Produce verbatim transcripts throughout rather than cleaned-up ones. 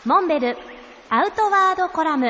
モンベルアウトワードコラム。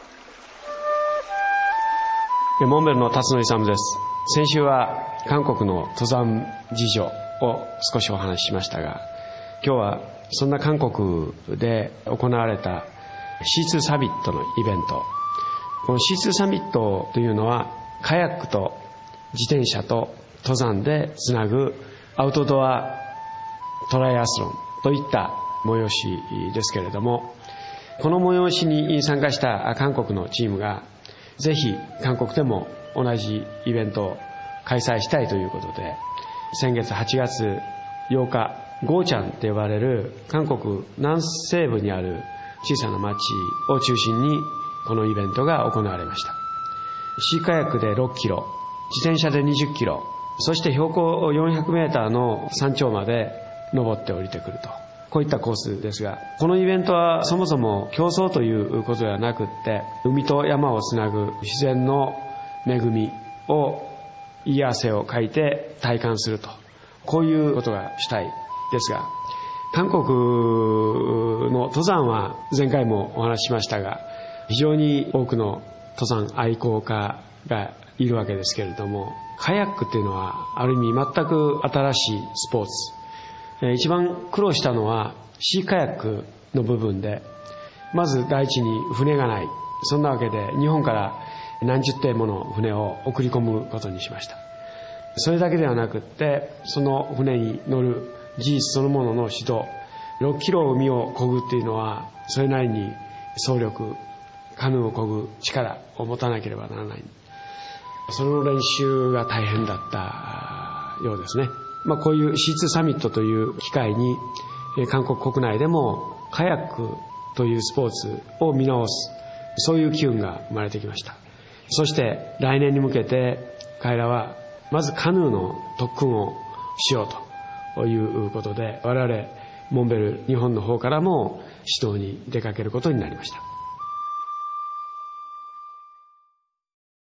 モンベルの辰野勇です。先週は韓国の登山事情を少しお話ししましたが、今日はそんな韓国で行われた シーツー サミットのイベント。この シーツー サミットというのはカヤックと自転車と登山でつなぐアウトドアトライアスロンといった催しですけれども、この催しに参加した韓国のチームがぜひ韓国でも同じイベントを開催したいということで、先月はちがつようか、ゴーチャンと呼ばれる韓国南西部にある小さな町を中心にこのイベントが行われました。シーカヤックでろっキロ、自転車でにじゅっキロ、そして標高よんひゃくメーターの山頂まで登って降りてくると、こういったコースですが、このイベントはそもそも競争ということではなくって、海と山をつなぐ自然の恵みを癒や汗をかいて体感すると、こういうことがしたいですが、韓国の登山は前回もお話ししましたが、非常に多くの登山愛好家がいるわけですけれども、カヤックっていうのはある意味全く新しいスポーツ。一番苦労したのはシーカヤックの部分で、まず第一に船がない。そんなわけで日本から何十艇もの船を送り込むことにしました。それだけではなくって、その船に乗る技術そのものの指導、ろっキロ海を漕ぐっていうのはそれなりに走力、カヌーを漕ぐ力を持たなければならない。その練習が大変だったようですね。まあ、こういう シーツー サミットという機会に韓国国内でもカヤックというスポーツを見直す、そういう機運が生まれてきました。そして来年に向けて彼らはまずカヌーの特訓をしようということで、我々モンベル日本の方からも指導に出かけることになりました。